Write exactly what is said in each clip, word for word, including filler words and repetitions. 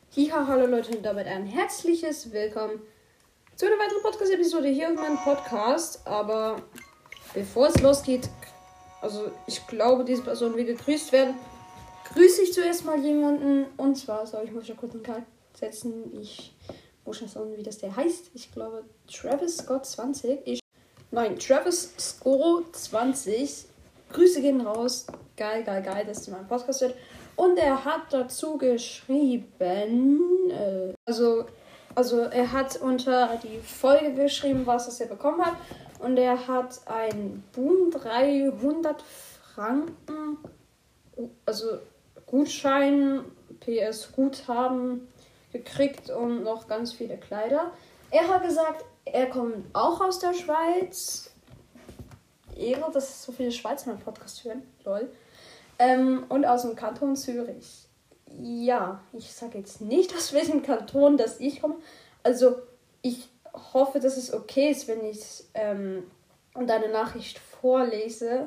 Ja, hallo Leute und damit ein herzliches Willkommen zu einer weiteren Podcast-Episode hier auf meinem Podcast. Aber bevor es losgeht, also ich glaube, diese Person will gegrüßt werden, grüße ich zuerst mal jemanden. Und zwar, so, ich muss ja kurz einen Kalt setzen. Ich muss schon sagen, wie das der heißt. Ich glaube, Travis Scott zwanzig. Ich, nein, Travis Scott zwanzig. Grüße gehen raus. Geil, geil, geil, dass du meinen Podcast hört. Und er hat dazu geschrieben, äh, also, also er hat unter die Folge geschrieben, was es er bekommen hat. Und er hat ein Boom dreihundert Franken, also Gutschein, P S Guthaben gekriegt und noch ganz viele Kleider. Er hat gesagt, er kommt auch aus der Schweiz. Ehre, dass so viele Schweizer meinen Podcast hören. Lol. Ähm, und aus dem Kanton Zürich. Ja, ich sage jetzt nicht, aus welchem Kanton dass ich komme. Also, ich hoffe, dass es okay ist, wenn ich ähm, deine Nachricht vorlese.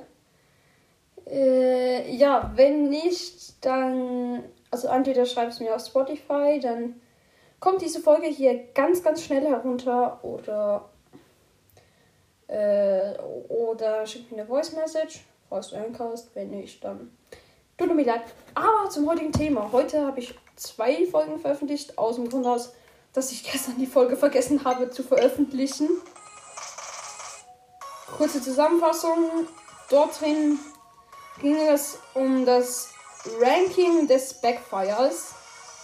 Äh, ja, wenn nicht, dann... Also, entweder schreibst du mir auf Spotify, dann kommt diese Folge hier ganz, ganz schnell herunter. Oder... Äh, oder schick mir eine Voice Message, falls du einkaufst. Wenn nicht, dann tut mir leid. Aber zum heutigen Thema. Heute habe ich zwei Folgen veröffentlicht, aus dem Grund aus, dass ich gestern die Folge vergessen habe zu veröffentlichen. Kurze Zusammenfassung. Dorthin ging es um das Ranking des Backfires.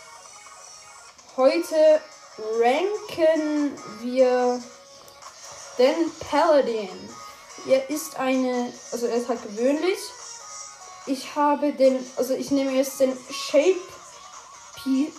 Heute ranken wir den Paladin. Er ist eine, also er ist halt gewöhnlich. Ich habe den, also ich nehme jetzt den Shape P,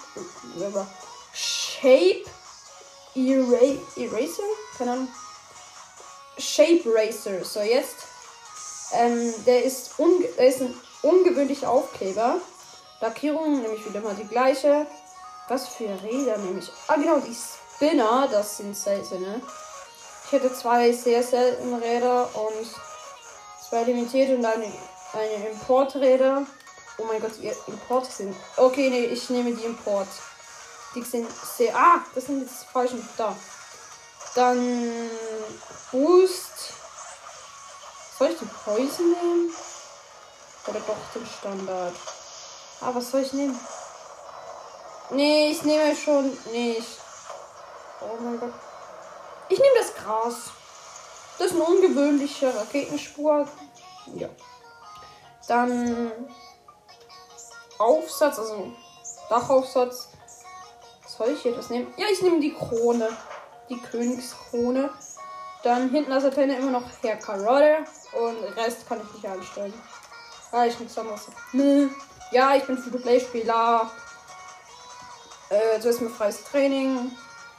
Shape Era, Eraser? Keine Ahnung. Shape Racer. So, jetzt. Ähm, der ist, unge, der ist ein ungewöhnlicher Aufkleber. Lackierung nehme ich wieder mal die gleiche. Was für Räder nehme ich? Ah, genau, die Spinner, das sind seltene. Ich hätte zwei sehr seltene Räder und zwei limitierte und eine, eine Importräder. Oh mein Gott, die Import sind. Okay, nee, ich nehme die Import. Die sind sehr. Ah, das sind jetzt die falschen. Da. Dann Boost. Soll ich die Poison nehmen? Oder doch den Standard? Ah, was soll ich nehmen? Nee, ich nehme schon. Nee, ich. Oh mein Gott. Ich nehme das Gras. Das ist eine ungewöhnliche Raketenspur. Ja. Dann Aufsatz, also Dachaufsatz. Soll ich hier das nehmen? Ja, ich nehme die Krone. Die Königskrone. Dann hinten als Antenne immer noch Herr Karotte. Und den Rest kann ich nicht einstellen. Ah, ich nichts anderes. Ja, ich bin Free-to-Play-Spieler. Äh, zuerst mal freies Training.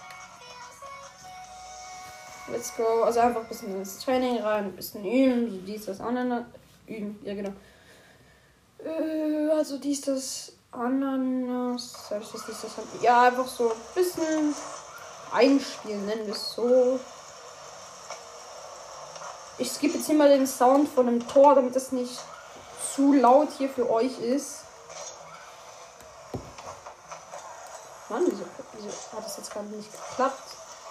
Let's go. Also einfach ein bisschen ins Training rein, ein bisschen üben, so dies, das, Ananas. Üben, ja genau. Äh, also dies, das, Ananas. Soll ich das, dies, das, Ananas? Ja, einfach so ein bisschen einspielen, nennen wir es so. Ich skippe jetzt hier mal den Sound von dem Tor, damit das nicht zu laut hier für euch ist. Mann, wieso, wieso hat das jetzt gerade nicht geklappt?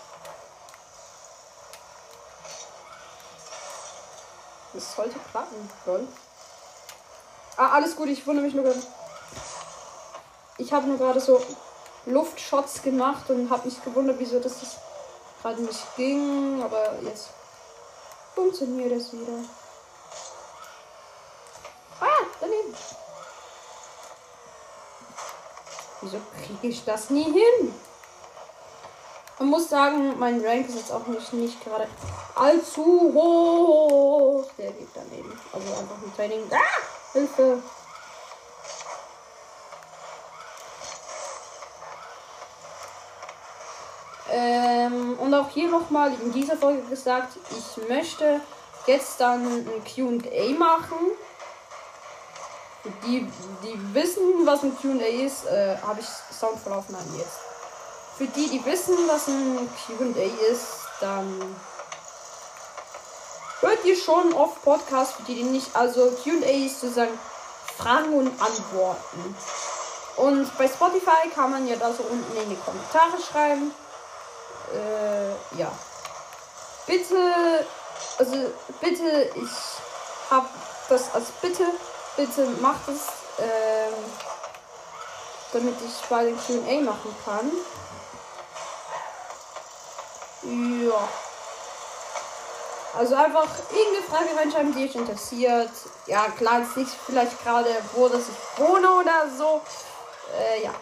Das sollte klappen, lol. Ah, alles gut, ich wundere mich nur gerade. Ich habe nur gerade so Luftshots gemacht und habe mich gewundert, wieso das gerade nicht ging. Aber jetzt funktioniert es wieder. Ah, daneben. Wieso kriege ich das nie hin? Man muss sagen, mein Rank ist jetzt auch nicht, nicht gerade allzu hoch. Der geht daneben. Also einfach ein Training. Ah! Hilfe! Ähm, und auch hier nochmal in dieser Folge gesagt, ich möchte jetzt dann ein Q und A machen. Für die, die wissen, was ein Q und A ist, äh, habe ich Sound verlaufen an jetzt. Für die, die wissen, was ein Q und A ist, dann hört ihr schon oft Podcasts, für die, die nicht. Also Q und A ist sozusagen Fragen und Antworten. Und bei Spotify kann man ja da so unten in die Kommentare schreiben. Äh, ja. Bitte, also bitte, ich habe das als Bitte. Bitte macht es, ähm, damit ich bei den Q und A machen kann. Ja. Also einfach irgendeine Frage reinschreiben, die euch interessiert. Ja, klar, jetzt nicht vielleicht gerade, wo das ich wohne oder so. Äh, ja.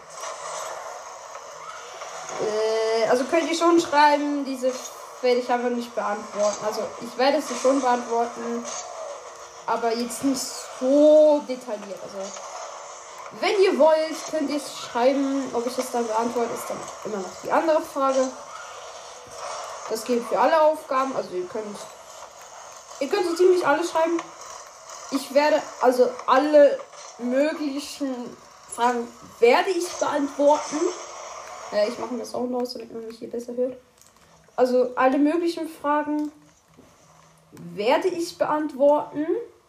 Äh, also könnt ihr schon schreiben, diese werde ich einfach nicht beantworten. Also ich werde sie schon beantworten, aber jetzt nicht so detailliert. Also wenn ihr wollt, könnt ihr es schreiben. Ob ich es dann beantworte, ist dann immer noch die andere Frage. Das gilt für alle Aufgaben. Also ihr könnt, ihr könnt so ziemlich alles schreiben. Ich werde also alle möglichen Fragen werde ich beantworten. Äh, ich mache mir das auch los, damit man mich hier besser hört. Also alle möglichen Fragen werde ich beantworten.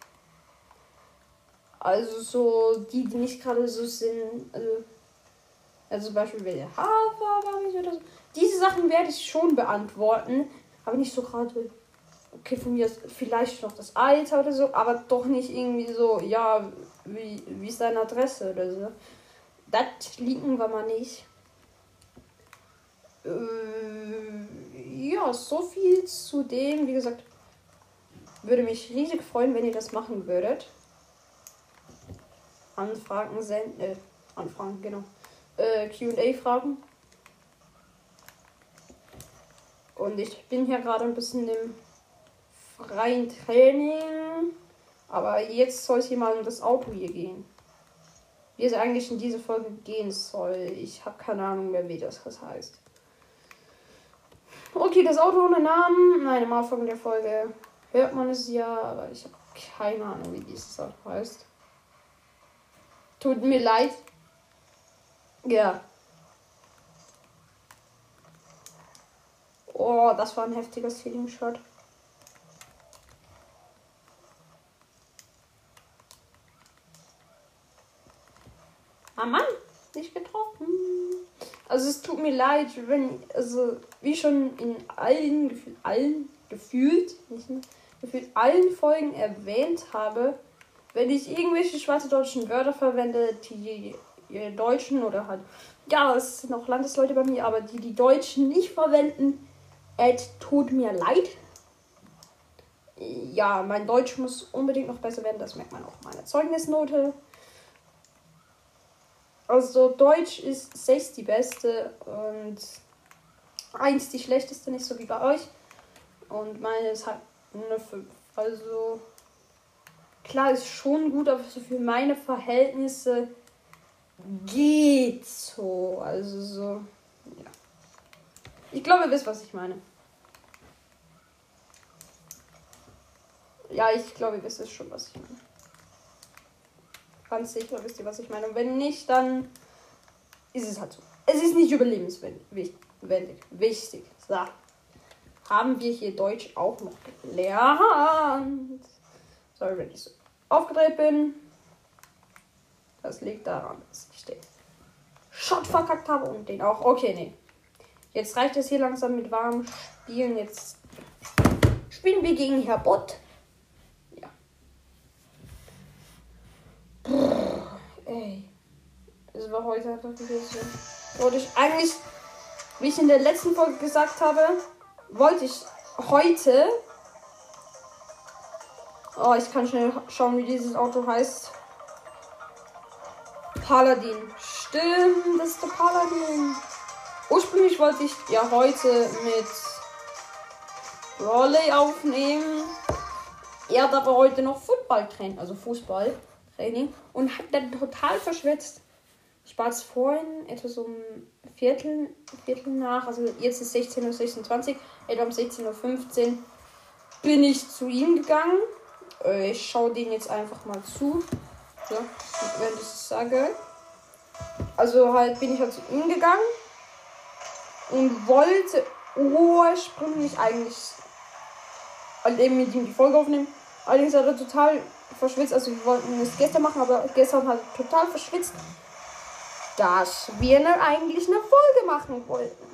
Also so die, die nicht gerade so sind. Also, also zum Beispiel welche Haarfarbe habe ich oder so. Diese Sachen werde ich schon beantworten. Aber nicht so gerade. Okay, von mir ist vielleicht noch das Alter oder so. Aber doch nicht irgendwie so, ja, wie, wie ist deine Adresse oder so. Das liegen wir mal nicht. Äh, ja, so viel zu dem. Wie gesagt, würde mich riesig freuen, wenn ihr das machen würdet. Anfragen senden. Äh, Anfragen, genau. Äh, Q und A-Fragen. Und ich bin hier gerade ein bisschen im freien Training. Aber jetzt soll es hier mal um das Auto hier gehen. Wie es eigentlich in dieser Folge gehen soll. Ich habe keine Ahnung mehr, wie das heißt. Okay, das Auto ohne Namen. Nein, am Anfang der Folge hört man es ja, aber ich habe keine Ahnung, wie dieses Auto heißt. Tut mir leid. Ja. Oh, das war ein heftiger Ceiling-Shot. Ah Mann, nicht getroffen. Also es tut mir leid, wenn, also wie schon in allen, gefühlt, allen, gefühlt, nicht mehr, gefühlt allen Folgen erwähnt habe, wenn ich irgendwelche schweizerdeutschen Wörter verwende, die die Deutschen oder halt, ja, es sind auch Landesleute bei mir, aber die die Deutschen nicht verwenden, es tut mir leid. Ja, mein Deutsch muss unbedingt noch besser werden, das merkt man auch in meiner Zeugnisnote. Also Deutsch ist sechs die beste und eins die schlechteste, nicht so wie bei euch. Und meine ist halt eine fünf. Also klar, ist schon gut, aber so für meine Verhältnisse geht so. Also so, ja. Ich glaube, ihr wisst, was ich meine. Ja, ich glaube, ihr wisst es schon, was ich meine. Ganz sicher wisst ihr, was ich meine. Und wenn nicht, dann ist es halt so. Es ist nicht überlebenswichtig. Wichtig. So. Haben wir hier Deutsch auch noch gelernt. Sorry, wenn ich so aufgedreht bin. Das liegt daran, dass ich den Shot verkackt habe und den auch. Okay, nee. Jetzt reicht es hier langsam mit warm Spielen. Jetzt spielen wir gegen Herr Bott. Ja. Brrr, ey. Es war heute einfach wieder so. Wollte ich eigentlich, wie ich in der letzten Folge gesagt habe, wollte ich heute. Oh, ich kann schnell schauen, wie dieses Auto heißt. Paladin. Stimmt, das ist der Paladin. Ursprünglich wollte ich ja heute mit Raleigh aufnehmen. Er hat aber heute noch Football-Training, also Fußballtraining, und hat dann total verschwitzt. Ich war jetzt vorhin etwa so um Viertel, Viertel nach, also jetzt ist sechzehn Uhr sechsundzwanzig, etwa um sechzehn Uhr fünfzehn bin ich zu ihm gegangen. Ich schaue den jetzt einfach mal zu. So, wenn ich das sage. Also halt bin ich halt zu ihm gegangen und wollte ursprünglich eigentlich halt eben mit ihm die Folge aufnehmen. Allerdings hat er total verschwitzt. Also wir wollten es gestern machen, aber gestern hat er total verschwitzt. dass wir ne, eigentlich eine Folge machen wollten.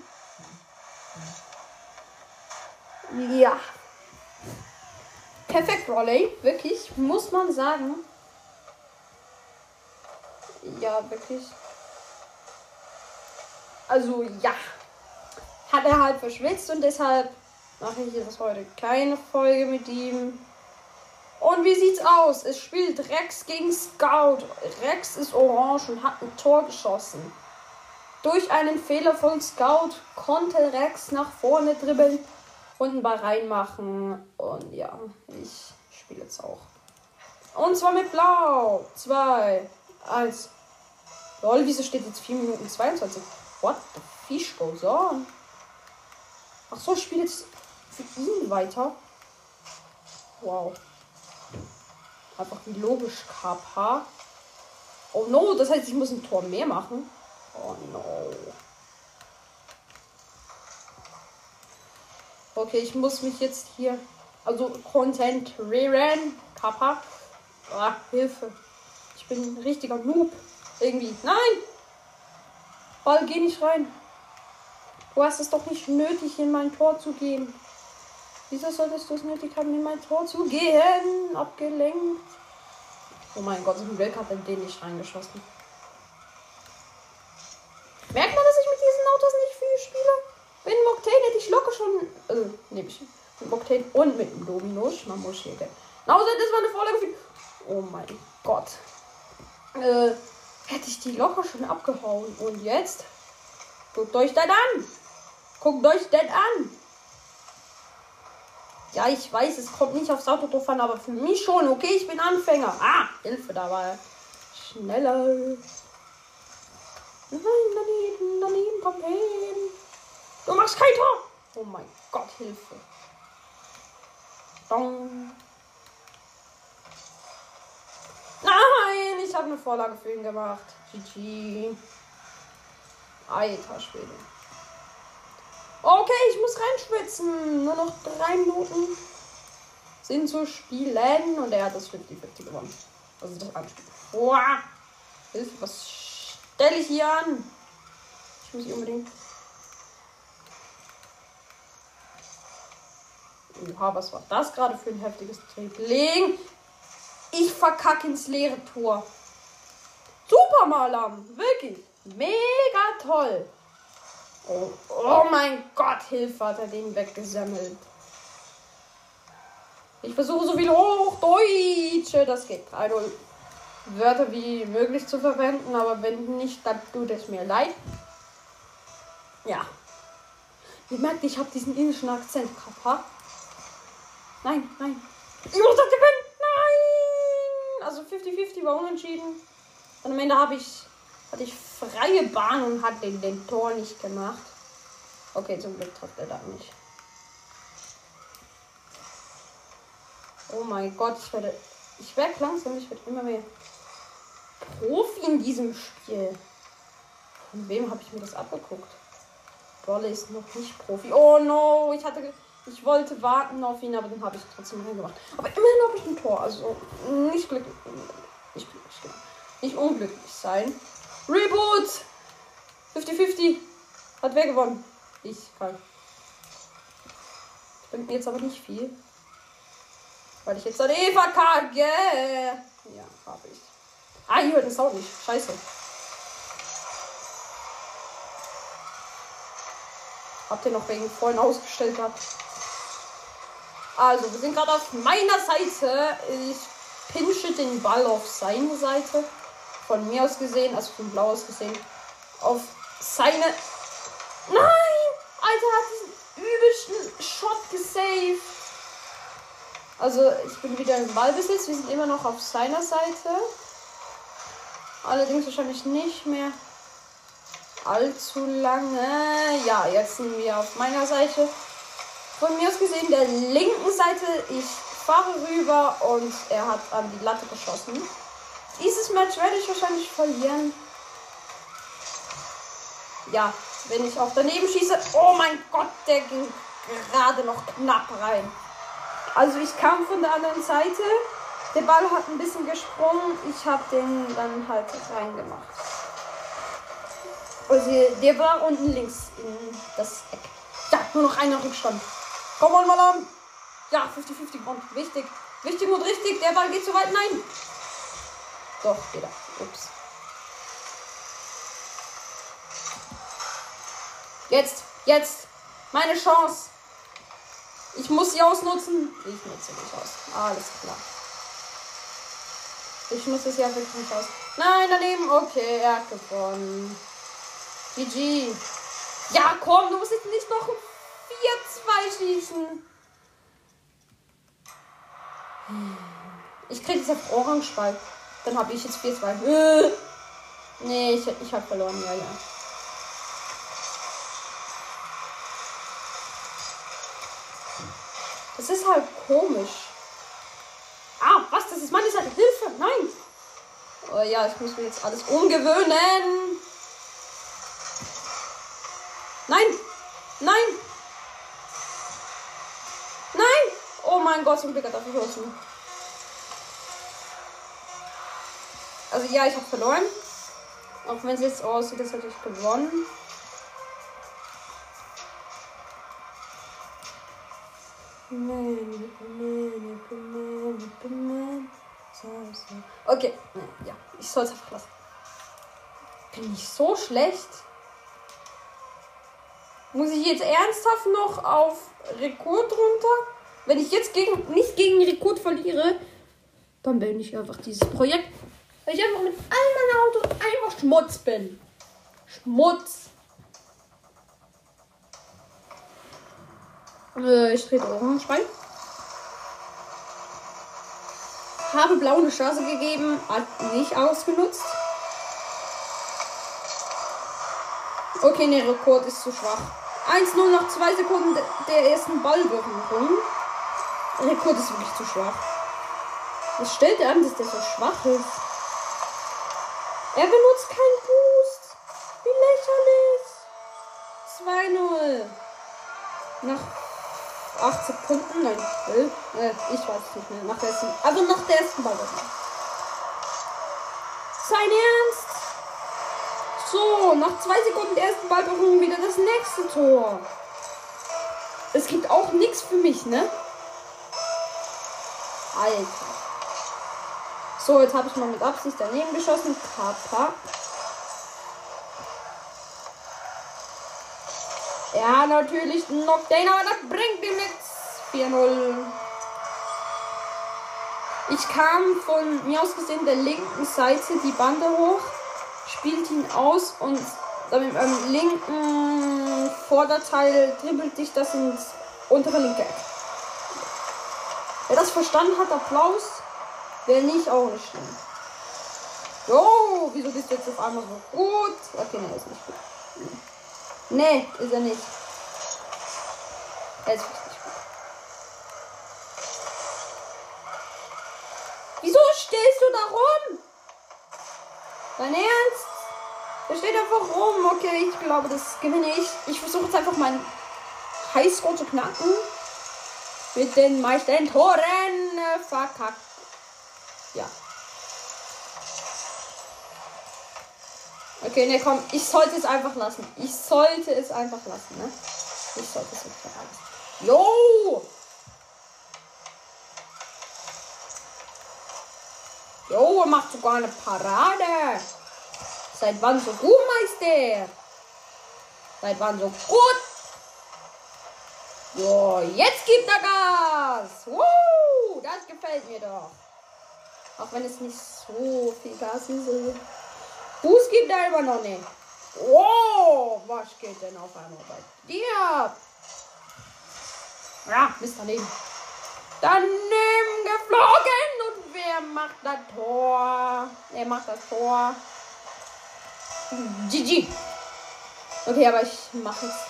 Ja. Perfekt, Rolly. Wirklich, muss man sagen. Ja, wirklich. Also, ja. Hat er halt verschwitzt und deshalb mache ich jetzt heute keine Folge mit ihm. Und wie sieht's aus? Es spielt Rex gegen Scout. Rex ist orange und hat ein Tor geschossen. Durch einen Fehler von Scout konnte Rex nach vorne dribbeln und einen Ball reinmachen. Und ja, ich spiele jetzt auch. Und zwar mit Blau. zwei, eins. Lol, wieso steht jetzt vier Minuten zweiundzwanzig? What the fish goes on? Ach so, ich spiele jetzt für ihn weiter. Wow. Einfach wie logisch, K P. Oh no, das heißt, ich muss ein Tor mehr machen. Oh no. Okay, ich muss mich jetzt hier, also konzentrieren. K P. Ah, Hilfe. Ich bin ein richtiger Noob. Irgendwie. Nein! Ball, geh nicht rein. Du hast es doch nicht nötig, in mein Tor zu gehen. Wieso solltest du es nötig haben, in mein Tor zu gehen? Abgelenkt. Oh mein Gott, so ein Glück hat er den nicht reingeschossen. Merkt man, dass ich mit diesen Autos nicht viel spiele? Mit dem Octane hätte ich locker schon... Also, nee, mit dem Octane und mit dem Dominus. Man muss hier gehen. Außer das war eine Vorlage für... Oh mein Gott. Äh, hätte ich die locker schon abgehauen. Und jetzt? Guckt euch das an. Guckt euch das an. Ja, ich weiß, es kommt nicht aufs Auto drauf an, aber für mich schon. Okay, ich bin Anfänger. Ah, Hilfe dabei. Schneller. Nein, daneben, daneben, komm hin. Du machst kein Tor. Oh mein Gott, Hilfe. Dong. Nein, ich habe eine Vorlage für ihn gemacht. G G. Alter Schwede. Okay, ich muss reinschwitzen. Nur noch drei Minuten sind zu spielen. Und er hat das fünfzig fünfzig gewonnen. Also das Anspiel. Boah. Hilfe, was stelle ich hier an? Ich muss hier unbedingt... Oha, was war das gerade für ein heftiges Dribbling? Ich verkacke ins leere Tor. Super, Malam. Wirklich. Mega toll. Oh, oh mein Gott, Hilfe, hat er den weggesammelt. Ich versuche so viel Hochdeutsche, das geht. Also Wörter wie möglich zu verwenden, aber wenn nicht, dann tut es mir leid. Ja. Ihr merkt, ich habe diesen indischen Akzent. Kappa. Nein, nein. Ich muss das gewinnen. Nein. Also fünfzig fünfzig war unentschieden. Und am Ende habe ich... hatte ich freie Bahn und hat den, den Tor nicht gemacht. Okay, zum Glück trifft er da nicht. Oh mein Gott, ich werde... Ich werde langsam, ich werde immer mehr Profi in diesem Spiel. Von wem habe ich mir das abgeguckt? Brolle ist noch nicht Profi. Oh no, ich hatte... Ich wollte warten auf ihn, aber dann habe ich trotzdem reingemacht. Aber immerhin habe ich ein Tor. Also nicht glücklich... Nicht glücklich, genau. Nicht unglücklich sein. Reboot! fünfzig fünfzig. Hat wer gewonnen? Ich kann. Das bringt mir jetzt aber nicht viel. Weil ich jetzt dann eh verkacke. Ja, habe ich. Ah, hier hört den Sound nicht. Scheiße. Habt ihr noch wegen vorhin ausgestellt gehabt? Also, wir sind gerade auf meiner Seite. Ich pinsche den Ball auf seine Seite. Von mir aus gesehen, also von Blau aus gesehen, auf seine... Nein! Alter, hat diesen übelsten Shot gesaved. Also, ich bin wieder im Ballbesitz. Wir sind immer noch auf seiner Seite. Allerdings wahrscheinlich nicht mehr allzu lange. Ja, jetzt sind wir auf meiner Seite. Von mir aus gesehen, der linken Seite. Ich fahre rüber und er hat an die Latte geschossen. Dieses Match werde ich wahrscheinlich verlieren. Ja, wenn ich auch daneben schieße. Oh mein Gott, der ging gerade noch knapp rein. Also ich kam von der anderen Seite. Der Ball hat ein bisschen gesprungen. Ich habe den dann halt reingemacht. Also der war unten links in das Eck. Ja, nur noch einer Rückstand. Komm on, mal an. Ja, fünfzig fünfzig kommt. Wichtig. Wichtig und richtig. Der Ball geht zu weit. Nein. Doch, wieder. Ups. Jetzt. Jetzt. Meine Chance. Ich muss sie ausnutzen. Ich nutze nicht aus. Alles klar. Ich muss es ja wirklich nicht aus. Nein, daneben. Okay, er hat gewonnen. G G. Ja, komm, du musst jetzt nicht noch vier zwei schießen. Ich krieg jetzt auf Orange-Ball. Dann habe ich jetzt vier zwei. Äh. Nee, ich, ich habe verloren. Ja, ja. Das ist halt komisch. Ah, was? Das ist meine Seite. Hilfe! Nein! Oh ja, ich muss mir jetzt alles umgewöhnen. Nein! Nein! Nein! Oh mein Gott, zum Glück hat er verschossen. Also ja, ich habe verloren. Auch wenn es jetzt aussieht, das hätte ich gewonnen. Okay, ja, ich soll es einfach lassen. Bin ich so schlecht? Muss ich jetzt ernsthaft noch auf Rekord runter? Wenn ich jetzt gegen, nicht gegen Rekord verliere, dann bin ich einfach dieses Projekt. Weil ich einfach mit all meinen Autos einfach Schmutz bin. Schmutz. Äh, ich trete Orange rein. Habe Blau eine Chance gegeben, hat nicht ausgenutzt. Okay, ne, Rekord ist zu schwach. eins null nach zwei Sekunden der ersten Ballberührung. Rekord ist wirklich zu schwach. Was stellt er an, dass der so schwach ist? Er benutzt keinen Boost. Wie lächerlich. zwei null. Nach acht Sekunden, nein, äh, ich weiß es nicht mehr. Nach der ersten, also nach der ersten Ballberührung. Sein Ernst? So, nach zwei Sekunden der ersten Ballberührung wieder das nächste Tor. Es gibt auch nichts für mich, ne? Alter. So, jetzt habe ich mal mit Absicht daneben geschossen. Kappa. Ja, natürlich Knockdown, aber das bringt ihm nichts. vier null. Ich kam von mir aus gesehen der linken Seite die Bande hoch, spielt ihn aus und dann mit meinem linken Vorderteil dribbelt sich das ins untere linke Eck. Wer das verstanden hat, Applaus. Wer nicht, auch nicht schlimm. Jo, wieso bist du jetzt auf einmal so gut? Okay, ne, ist nicht gut. Nee, ist er nicht. Er ist nicht gut. Wieso stehst du da rum? Dein Ernst? Der steht einfach rum. Okay, ich glaube, das gewinne ich. Ich versuche jetzt einfach meinen Highscore zu knacken. Mit den meisten Toren äh, verkackt. Ja. Okay, ne, komm. Ich sollte es einfach lassen. Ich sollte es einfach lassen, ne? Ich sollte es einfach lassen. Jo! Jo, er macht sogar eine Parade. Seit wann so gut, Meister? Seit wann so gut? Jo, jetzt gibt er Gas. Woo, das gefällt mir doch. Auch wenn es nicht so viel Gas ist. Boost gibt er immer noch nicht. Wow, was geht denn auf einmal bei dir? Ja, bis daneben. Daneben geflogen. Und wer macht das Tor? Er macht das Tor. G G. Okay, aber ich mache jetzt.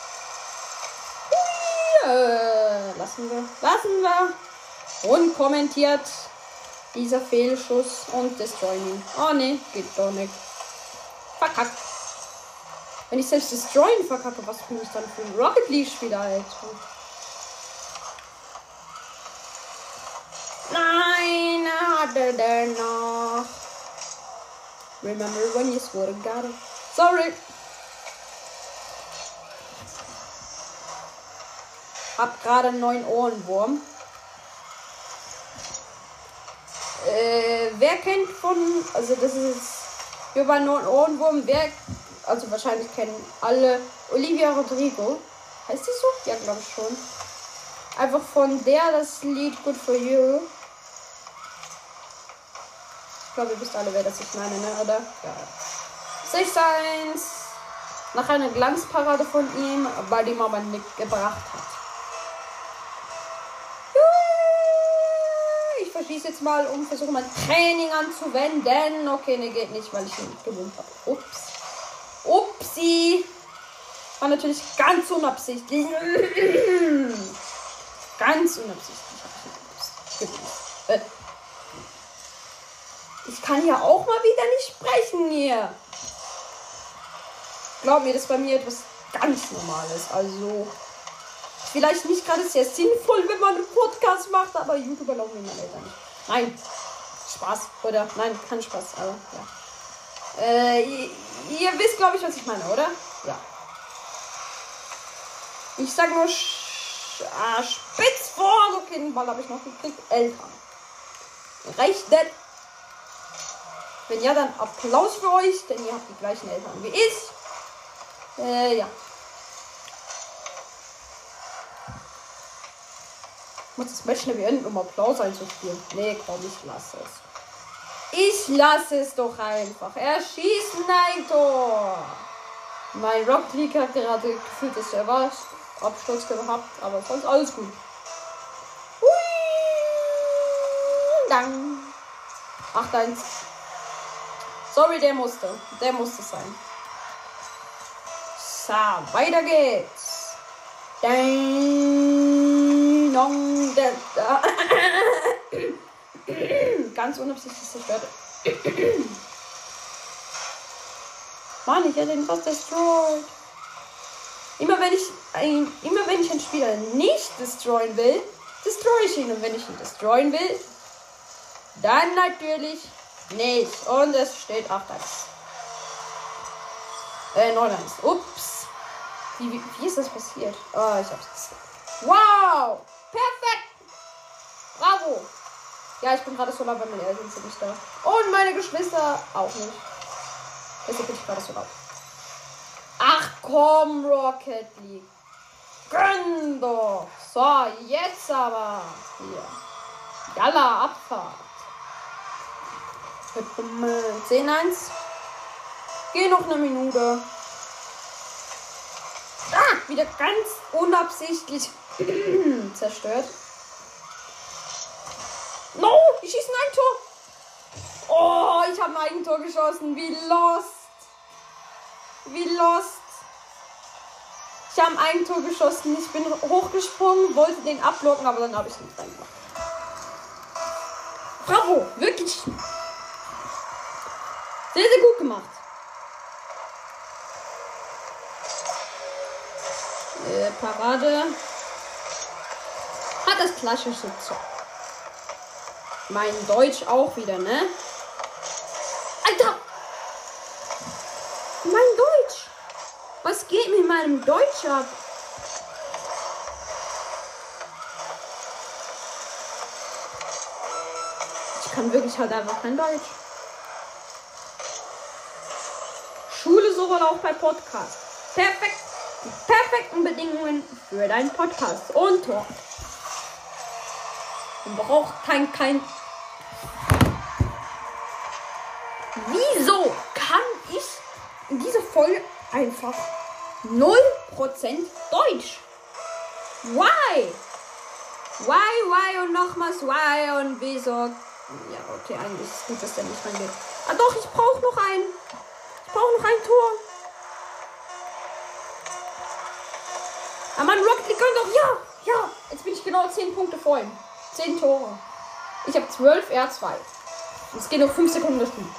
Äh, lassen wir. Lassen wir. Und kommentiert. Dieser Fehlschuss und Destroying. Oh ne, geht doch nicht. Verkackt. Wenn ich selbst Destroying verkacke, was bin ich dann für ein Rocket League Spieler, Alter? Nein, hat er denn noch? Remember when you swore to God. Sorry. Hab gerade einen neuen Ohrenwurm. Äh, wer kennt von, also das ist jetzt über einen neuen Ohrenwurm, wer, also wahrscheinlich kennen alle Olivia Rodrigo. Heißt die so? Ja, glaube ich schon. Einfach von der das Lied Good For You. Ich glaube, ihr wisst alle, wer das ich meine, ne? Oder? Ja. sechs eins. Nach einer Glanzparade von ihm, bei dem aber nicht gebracht hat. Ich verschieße jetzt mal und versuche mein Training anzuwenden. Okay, ne, geht nicht, weil ich ihn nicht gewohnt habe. Ups. Upsi. War natürlich ganz unabsichtlich. Ganz unabsichtlich habe ich ihn gewohnt. Äh. Ich kann ja auch mal wieder nicht sprechen hier. Glaub mir, das ist bei mir etwas ganz Normales. Also, vielleicht nicht gerade sehr sinnvoll, wenn man einen Podcast macht, aber YouTube erlauben mir meine Eltern nicht. Nein, Spaß, oder? Nein, kein Spaß, aber ja. Äh, ihr, ihr wisst, glaube ich, was ich meine, oder? Ja. Ich sag nur sch ah, spitz vor. Okay, den Ball habe ich noch gekriegt. Eltern. Rechnet. Wenn ja, dann Applaus für euch, denn ihr habt die gleichen Eltern wie ich. Äh, ja. Ich muss das Match schnell beenden, um Applaus einzuspielen. Nee, komm, ich lasse es. Ich lasse es doch einfach. Er schießt ein Tor. Mein Rocket League hat gerade gefühlt, dass er war. Absturz gehabt, aber sonst alles gut. Hui! Dann. acht eins. Sorry, der musste. Der musste sein. So, weiter geht's. Ding, dong, da, da. Ganz unabsichtlich zerstört. Mann, ich hätte ihn fast destroyed. Immer wenn ich ein, immer wenn ich einen Spieler nicht destroyen will, destroy ich ihn. Und wenn ich ihn destroyen will, dann natürlich nicht. Und es steht acht eins. Äh, neun eins. Ups. Wie, wie, wie ist das passiert? Oh, ich hab's gesehen. Wow! Perfekt! Bravo! Ja, ich bin gerade so laut, weil meine Eltern sind nicht da. Und meine Geschwister auch nicht. Deshalb bin ich gerade so laut. Ach komm, Rocket League. Gönn doch. So, jetzt aber. Hier. Jalla, Abfahrt. zehn eins. Geh noch eine Minute. Ah, wieder ganz unabsichtlich zerstört. No, ich schieße ein Eigentor. Oh, ich habe ein Eigentor geschossen. Wie lost. Wie lost. Ich habe ein Eigentor geschossen. Ich bin hochgesprungen, wollte den abblocken, aber dann habe ich nicht reingemacht. Bravo, wirklich. Sehr, sehr gut gemacht. Äh, Parade. Hat das klassische Zock. Mein Deutsch auch wieder, ne? Alter! Mein Deutsch! Was geht mit meinem Deutsch ab? Ich kann wirklich halt einfach kein Deutsch. Schule sowohl auch bei Podcast. Perfekt. Die perfekten Bedingungen für deinen Podcast. Und Tor. Man braucht kein, kein... Wieso kann ich in dieser Folge einfach null Prozent Deutsch? Why? Why, why und nochmals why und wieso? Ja, okay, eigentlich ist gut, dass der nicht reingeht. Ah doch, ich brauche noch einen. Ich brauche noch ein Tor. Ah Mann, Rocket League gönnt doch. Ja, ja. Jetzt bin ich genau zehn Punkte vor ihm. zehn Tore. Ich habe zwölf, er zwei. Es geht noch fünf Sekunden das Spiel.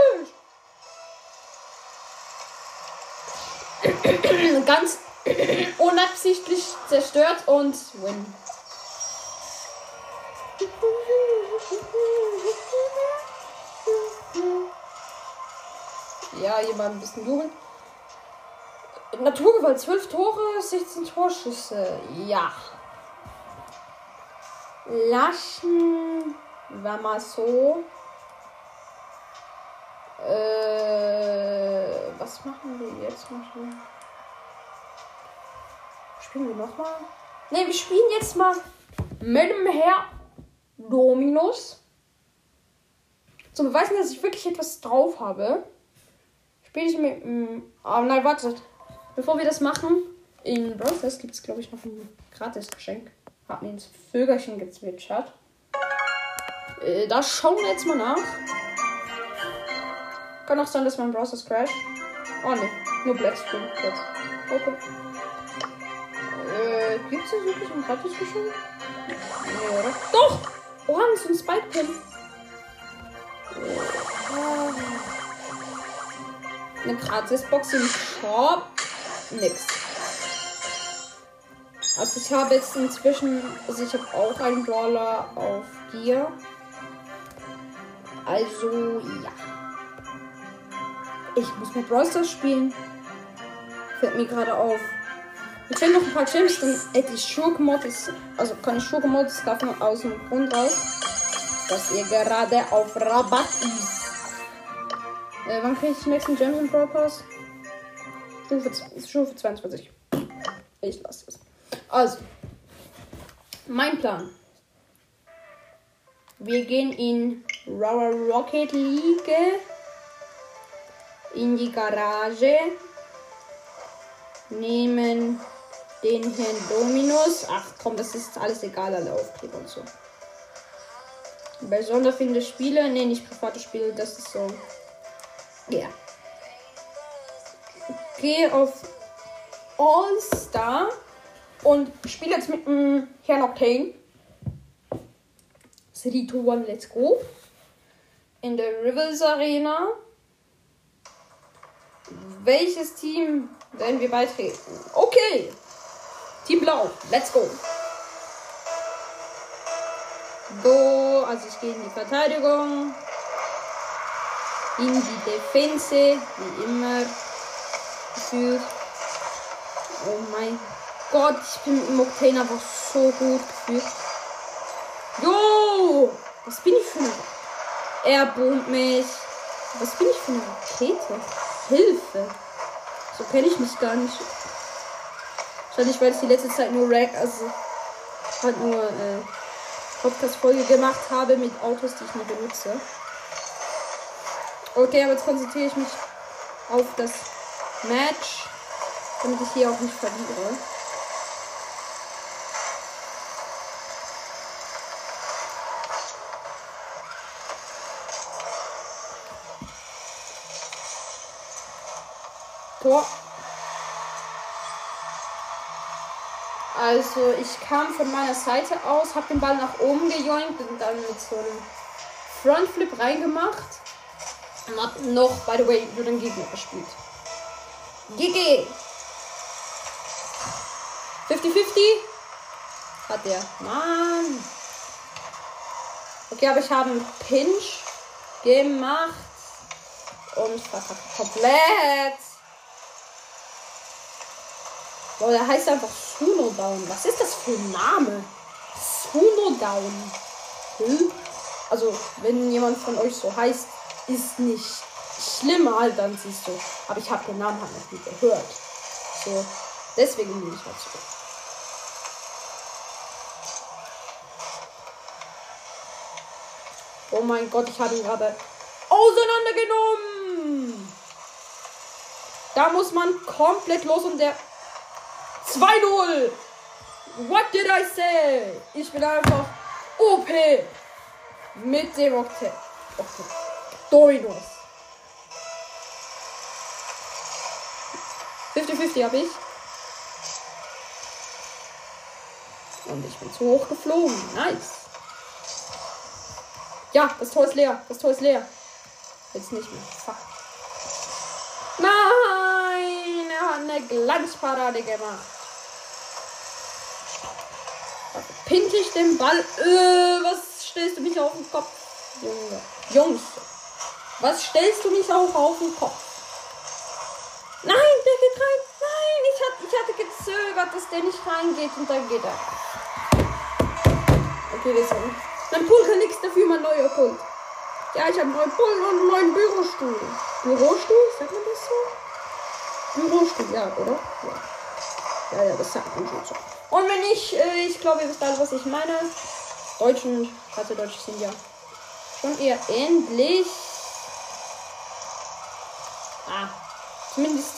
Ganz unabsichtlich zerstört und win. Ja, jemand ein bisschen jubeln. Naturgewalt, zwölf Tore, sechzehn Torschüsse. Ja, lassen wir mal so. Äh, was machen wir jetzt mal schon? Spielen wir nochmal? Ne, wir spielen jetzt mal mit dem Herr Dominus. Zum Beweisen, dass ich wirklich etwas drauf habe, spiele ich mit. Mm, oh nein, wartet. Bevor wir das machen, in Brawl Stars gibt es, glaube ich, noch ein Gratis-Geschenk. Hab mir ins Vögelchen gezwitschert. Äh, da schauen wir jetzt mal nach. Kann auch sein, dass mein Browser crasht. Oh ne, nur Blackscreen jetzt. Okay. Äh, gibt es da wirklich ein Gratis-Geschenk? Nee, oder? Doch! Orange und Spike-Pin. Oh. Eine Gratis-Box im Shop. Nix. Also ich habe jetzt inzwischen, also ich habe auch einen Brawler auf Gear. Also ja. Ich muss mit Brawl Stars spielen. Fällt mir gerade auf. Ich finde noch ein paar Gems, dann hätte ich Schurkenmodus, also kann ich Schurkenmodus davon aus dem Grund raus, dass ihr gerade auf Rabatt ist. Äh, wann kriege ich die nächsten Gems im Brawl Pass? Stufe, Stufe zweiundzwanzig. Ich lasse es. Also, mein Plan. Wir gehen in Rocket League, in die Garage, nehmen den Herrn Dominus. Ach komm, das ist alles egal, alle Aufkleber und so. Bei sonderfinde Spiele, nee, nicht private Spiele, das ist so. Ja. Yeah. Gehe auf All-Star und spiele jetzt mit dem Herrn Octane. three, two, one, let's go. In der Rivals Arena. Welches Team werden wir beitreten? Okay. Team Blau, let's go. Go, also ich gehe in die Verteidigung. In die Defense, wie immer. Gefühlt. Oh mein Gott, ich bin mit dem Octane einfach so gut gefühlt. Jo! Was bin ich für eine... Er boomt mich. Was bin ich für eine Rakete? Hilfe! So kenne ich mich gar nicht. Wahrscheinlich, weil ich die letzte Zeit nur Rack, also halt nur äh, Podcast-Folge gemacht habe mit Autos, die ich nie benutze. Okay, aber jetzt konzentriere ich mich auf das Match, damit ich hier auch nicht verliere. Tor. Also ich kam von meiner Seite aus, habe den Ball nach oben gejoinkt und dann mit so einem Frontflip reingemacht. Und hab noch, by the way, nur den Gegner gespielt. G G! fünfzig fünfzig? Hat der. Mann! Okay, aber ich habe einen Pinch gemacht. Und verkackt komplett. Boah, der heißt einfach Suno Down. Was ist das für ein Name? Suno Down. Hm? Also, wenn jemand von euch so heißt, ist nicht schlimmer, halt dann siehst du. Aber ich habe den Namen halt noch nie gehört. So, deswegen nehme ich mal zurück. Oh mein Gott, ich habe ihn gerade auseinandergenommen. Da muss man komplett los und der zwei null. What did I say? Ich bin einfach O P mit dem Octane. Okay. Dominus. fünfzig fünfzig habe ich. Und ich bin zu hoch geflogen. Nice. Ja, das Tor ist leer. Das Tor ist leer. Jetzt nicht mehr. Fuck. Nein, er hat eine Glanzparade gemacht. Pink ich den Ball. Äh, was stellst du mich auf den Kopf? Junge. Jungs. Was stellst du mich auch auf den Kopf? Nein, der geht rein. Nein, ich hatte, ich hatte gezögert, dass der nicht reingeht und dann geht er. Okay, wir sagen. Mein Pool kann nichts dafür, mein neuer Pult. Ja, ich habe einen neuen Pool und einen neuen Bürostuhl. Bürostuhl? Sagt man das so? Bürostuhl, ja, oder? Ja. Ja, ja, das sagt man schon so. Und wenn nicht, äh, ich glaube, ihr wisst alle, was ich meine. Deutschen, Schweizerdeutsche sind ja schon eher ähnlich. Ah, zumindest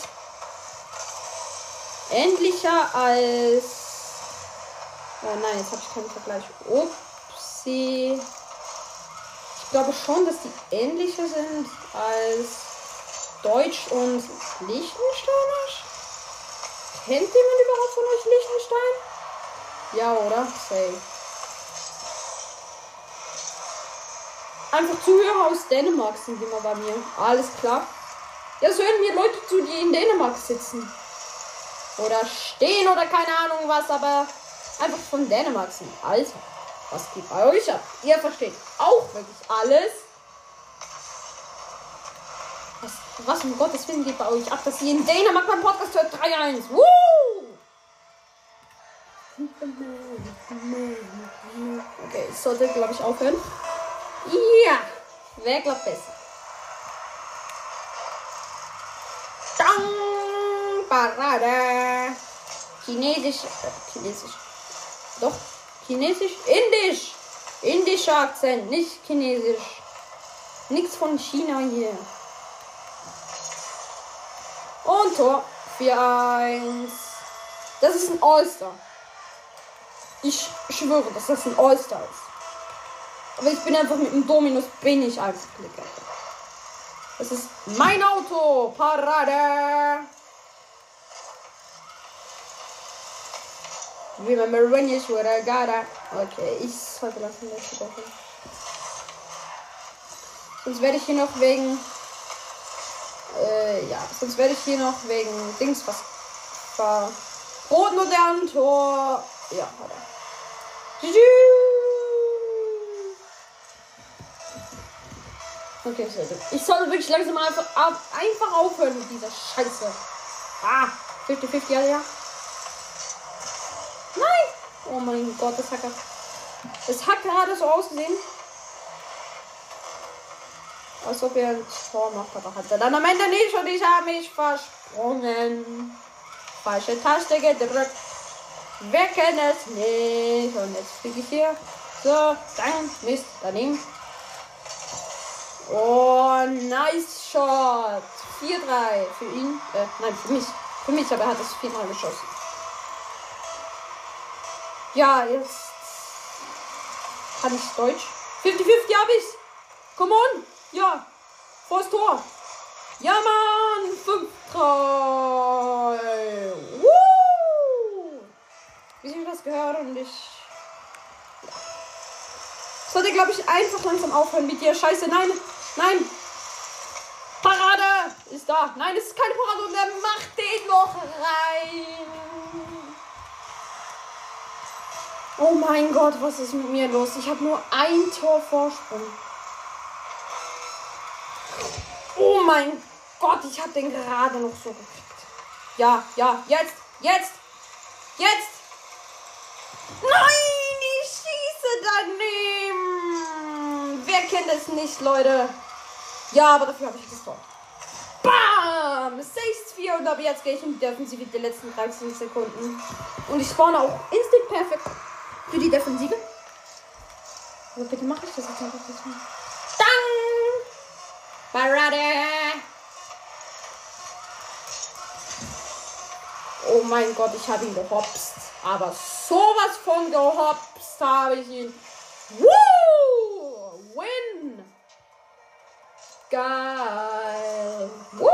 ähnlicher als... Oh nein, jetzt habe ich keinen Vergleich. Upsi. Ich glaube schon, dass die ähnlicher sind als Deutsch und Liechtensteinisch. Kennt jemand überhaupt von euch Liechtenstein? Ja, oder? Safe. Einfach Zuhörer aus Dänemark sind immer bei mir. Alles klar. Ja, es hören mir Leute zu, die in Dänemark sitzen. Oder stehen oder keine Ahnung was, aber einfach von Dänemark sind. Alter, was geht bei euch ab? Ihr versteht auch wirklich alles. Was, was um Gottes Willen geht bei euch ab, dass ihr in Dänemark beim Podcast hört? drei eins. Woo! Okay, ich sollte, glaube ich, aufhören. Ja, wer glaubt besser? Dang, Parade. Chinesisch, äh, Chinesisch. Doch, Chinesisch, Indisch. Indischer Akzent, nicht Chinesisch. Nichts von China hier. Und Tor vier eins. Das ist ein All-Star. Ich schwöre, dass das ein All-Star ist. Aber ich bin einfach mit dem Dominus, bin ich einfach Klicker. Das ist mein Auto. Parade. Remember when you swear I gotta. Okay, ich sollte lassen nächste Woche. Sonst werde ich hier noch wegen. Äh, ja, sonst werde ich hier noch wegen Dings was verboten und deren Tor. Ja, hat er. Okay, so. Ich sollte wirklich langsam einfach, einfach aufhören mit dieser Scheiße. Ah, fünfzig fünfzig, ja, ja. Nein! Oh mein Gott, das hat, das hat gerade so ausgesehen, als ob er ein Tor macht, aber hat er dann am Ende nicht und ich habe mich versprungen. Falsche Taste gedrückt. Wer kennt es nicht? Und jetzt fliege ich hier. So, dann Mist, daneben. Oh, nice Shot. vier drei für ihn. Äh, nein, für mich. Für mich, aber er hat es vier drei geschossen. Ja, jetzt kann ich Deutsch. fünfzig fünfzig habe ich's. Come on. Ja. Vors Tor. Ja, Mann. fünf drei. Woo. Wie ich das gehört und ich. Ja. Sollte, glaube ich, einfach langsam aufhören mit dir. Scheiße. Nein. Nein. Parade ist da. Nein, es ist keine Parade und er macht den noch rein. Oh mein Gott, was ist mit mir los? Ich habe nur ein Tor Vorsprung. Oh mein Gott, ich habe den gerade noch so gekriegt. Ja, ja, jetzt, jetzt, jetzt. Nein, ich schieße daneben. Wer kennt es nicht, Leute? Ja, aber dafür habe ich das Tor. Bam! sechs vier und ab jetzt gehe ich in die Defensive die letzten dreißig Sekunden. Und ich spawne auch instant perfekt. Für die Defensive. Aber bitte mache ich das jetzt einfach nicht mehr. Dang! Parade! Oh mein Gott, ich habe ihn gehopst. Aber sowas von gehopst habe ich ihn. Woo! Win! Geil! Woo!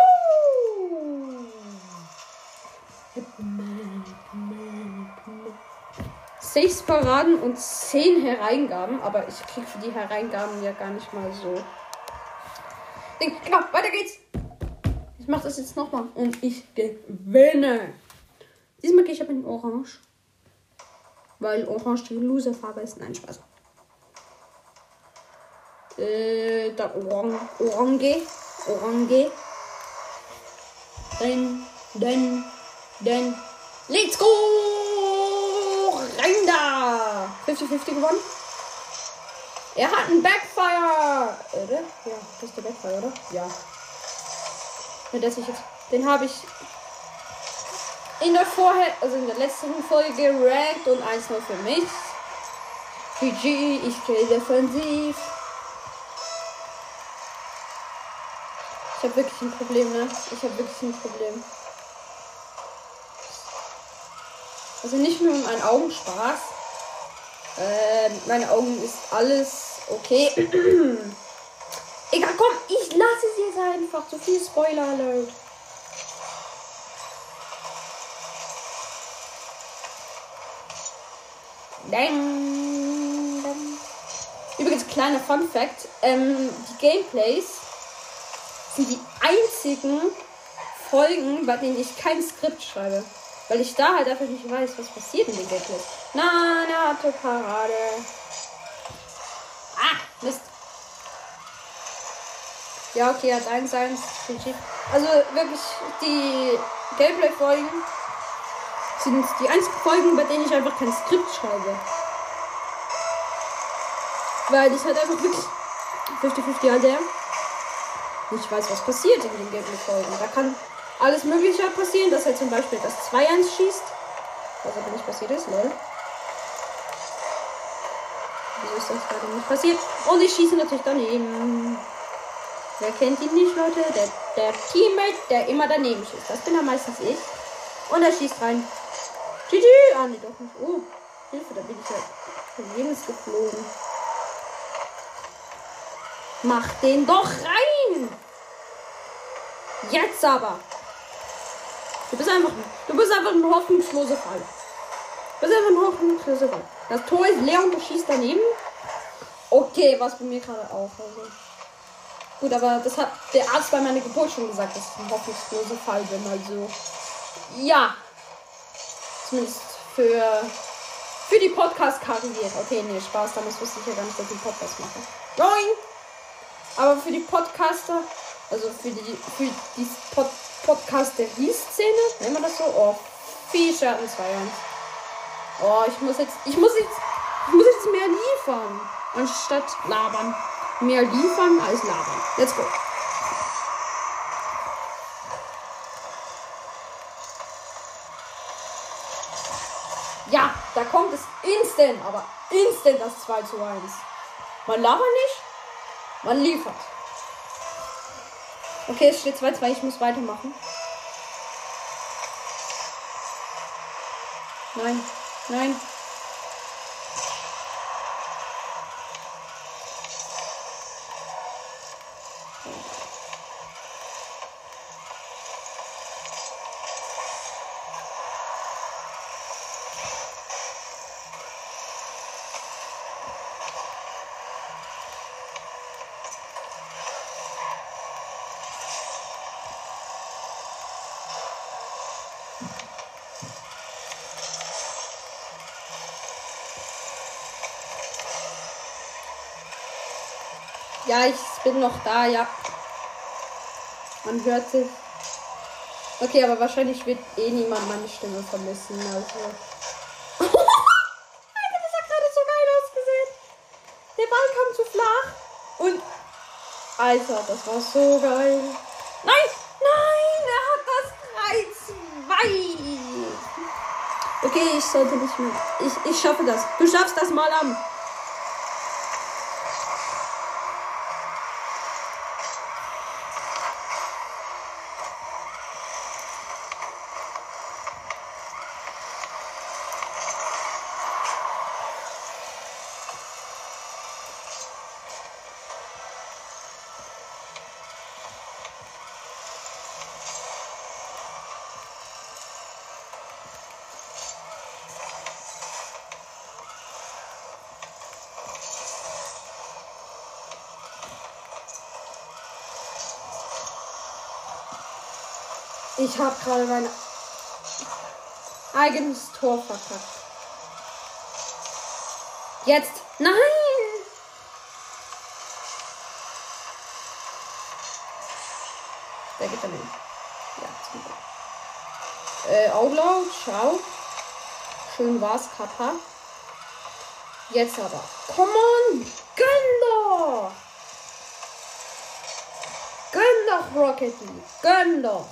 Sechs Paraden und zehn Hereingaben, aber ich krieg für die Hereingaben ja gar nicht mal so. Ding, genau, weiter geht's. Ich mach das jetzt nochmal und ich gewinne. Diesmal gehe ich aber in Orange, weil Orange die Loserfarbe ist. Nein, Spaß. Äh, dann Orang, Orange, Orange. Dann, dann, dann, let's go! Rein da! fünfzig fünfzig gewonnen. Er hat einen Backfire. Oder? Ja, das ist der Backfire, oder? Ja. Ja, das ich jetzt. Den habe ich in der vorher, also in der letzten Folge gerankt und eins null für mich. G G, ich kill defensiv. Ich habe wirklich ein Problem, ne? Ich habe wirklich ein Problem. Also nicht nur mein Augenspaß. Äh, meine Augen ist alles okay. Egal, komm, ich lasse es jetzt einfach. Zu viel Spoiler Alert. Übrigens, kleiner Fun Fact. Ähm, die Gameplays sind die einzigen Folgen, bei denen ich kein Skript schreibe. Weil ich da halt einfach nicht weiß, was passiert in den Gameplays. Na, na, Parade. Ah, Mist. Ja, okay, hat eins eins. Also wirklich, die Gameplay-Folgen sind die einzigen Folgen, bei denen ich einfach kein Skript schreibe. Weil ich halt einfach wirklich fünfzig fünfzig halt der nicht weiß, was passiert in den Gameplay-Folgen. Da kann alles Mögliche passieren, dass er zum Beispiel das zwei eins schießt. Was aber nicht passiert ist, lol. Wieso ist das gerade nicht passiert? Und ich schieße natürlich daneben. Wer kennt ihn nicht, Leute? Der, der Teammate, der immer daneben schießt. Das bin ja meistens ich. Und er schießt rein. G G! Ah, nee, doch nicht. Oh, Hilfe, da bin ich ja links geflogen. Mach den doch rein! Jetzt aber! Du bist einfach, du bist einfach ein hoffnungsloser Fall. Du bist einfach ein hoffnungsloser Fall. Das Tor ist leer und du schießt daneben. Okay, was bei mir gerade auch. Also. Gut, aber das hat der Arzt bei meiner Geburt schon gesagt, dass ich ein hoffnungsloser Fall bin. Also, ja. Zumindest für, für die Podcast-Karriere. Okay, nee, Spaß. Damals wusste ich ja gar nicht, dass ich einen Podcast mache. Going! Aber für die Podcaster, also für die, für die Pod Podcasterie-Szene, nennen wir das so? Oh, viel Schatten zwei eins. Oh, ich muss jetzt, ich muss jetzt, ich muss jetzt mehr liefern, anstatt labern. Mehr liefern als labern. Let's go. Ja, da kommt es instant, aber instant das zwei zu eins. Man labert nicht, man liefert. Okay, es steht zwei zwei, ich muss weitermachen. Nein, nein. Ja, ich bin noch da, ja. Man hört sich. Okay, aber wahrscheinlich wird eh niemand meine Stimme vermissen. Also. Alter, das hat gerade so geil ausgesehen. Der Ball kam zu flach. Und. Alter, das war so geil. Nein! Nein! Er hat das drei zwei. Okay, ich sollte nicht mehr. Ich, ich schaffe das. Du schaffst das mal an. Ich habe gerade mein eigenes Tor verkackt. Jetzt. Nein! Der geht daneben. Ja, zum Glück. Äh, Outlaw, ciao. Schön war's, Kappa. Jetzt aber. Come on! Gönn doch! Gönn doch, Rocket League! Gönn doch!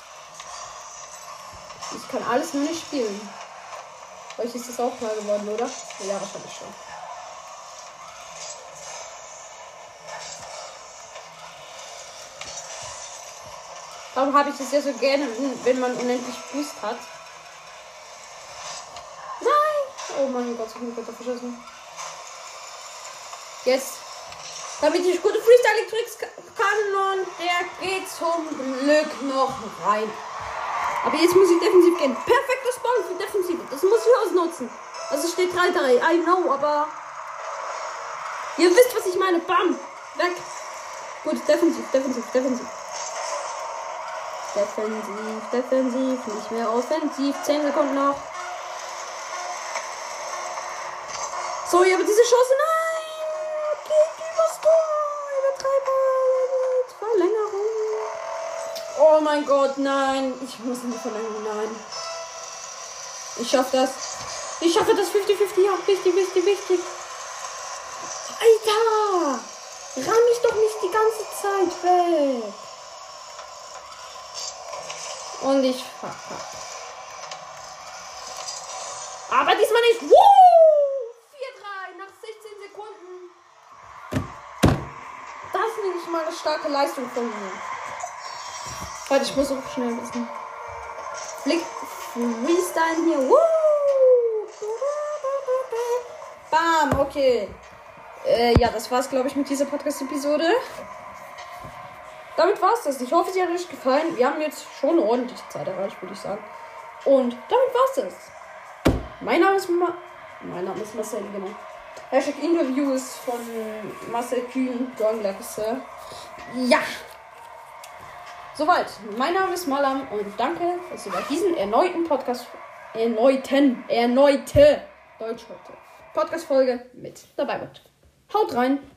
Ich kann alles nur nicht spielen. Euch ist das auch klar geworden, oder? Ja, wahrscheinlich schon. Darum habe ich es ja so gerne, wenn man unendlich Boost hat. Nein! Oh mein Gott, ich bin gerade verschossen. Jetzt. Damit ich gute Freestyle-Tricks kann und der geht zum Glück noch rein. Aber jetzt muss ich defensiv gehen. Perfekter Spawn für Defensive. Das muss ich ausnutzen. Also steht drei drei. I know, aber... Ihr wisst, was ich meine. Bam. Weg. Gut, defensiv, defensiv, defensiv. Defensiv, defensiv. Nicht mehr offensiv. zehn Sekunden noch. So, aber diese Chance... Nein. Geht übers Tor. Übertreiber. Verlängerung. Oh mein Gott, nein. Ich muss in die Verlängerung, nein. Ich schaffe das. Ich schaffe das fünfzig fünfzig. Ja, wichtig, wichtig, wichtig. Alter. Ramm mich doch nicht die ganze Zeit weg. Und ich verkacke. Aber diesmal nicht. Woo! vier drei nach sechzehn Sekunden. Das nenne ich mal eine starke Leistung von mir. Warte, ich muss auch schnell wissen. Blick. Freestyle hier. Woo! Bam, okay. Äh, ja, das war's, glaube ich, mit dieser Podcast-Episode. Damit war's das. Ich hoffe, sie hat euch gefallen. Wir haben jetzt schon ordentlich Zeit erreicht, würde ich sagen. Und damit war's das. Mein Name ist Ma Mein Name ist Marcel, genau. Hashtag Interviews von Marcel Kühn, Dornglasse. Ja. Soweit. Mein Name ist Malam und danke, dass ihr bei diesem erneuten Podcast, erneuten, erneute Deutsch heute Podcast-Folge mit dabei wart. Haut rein.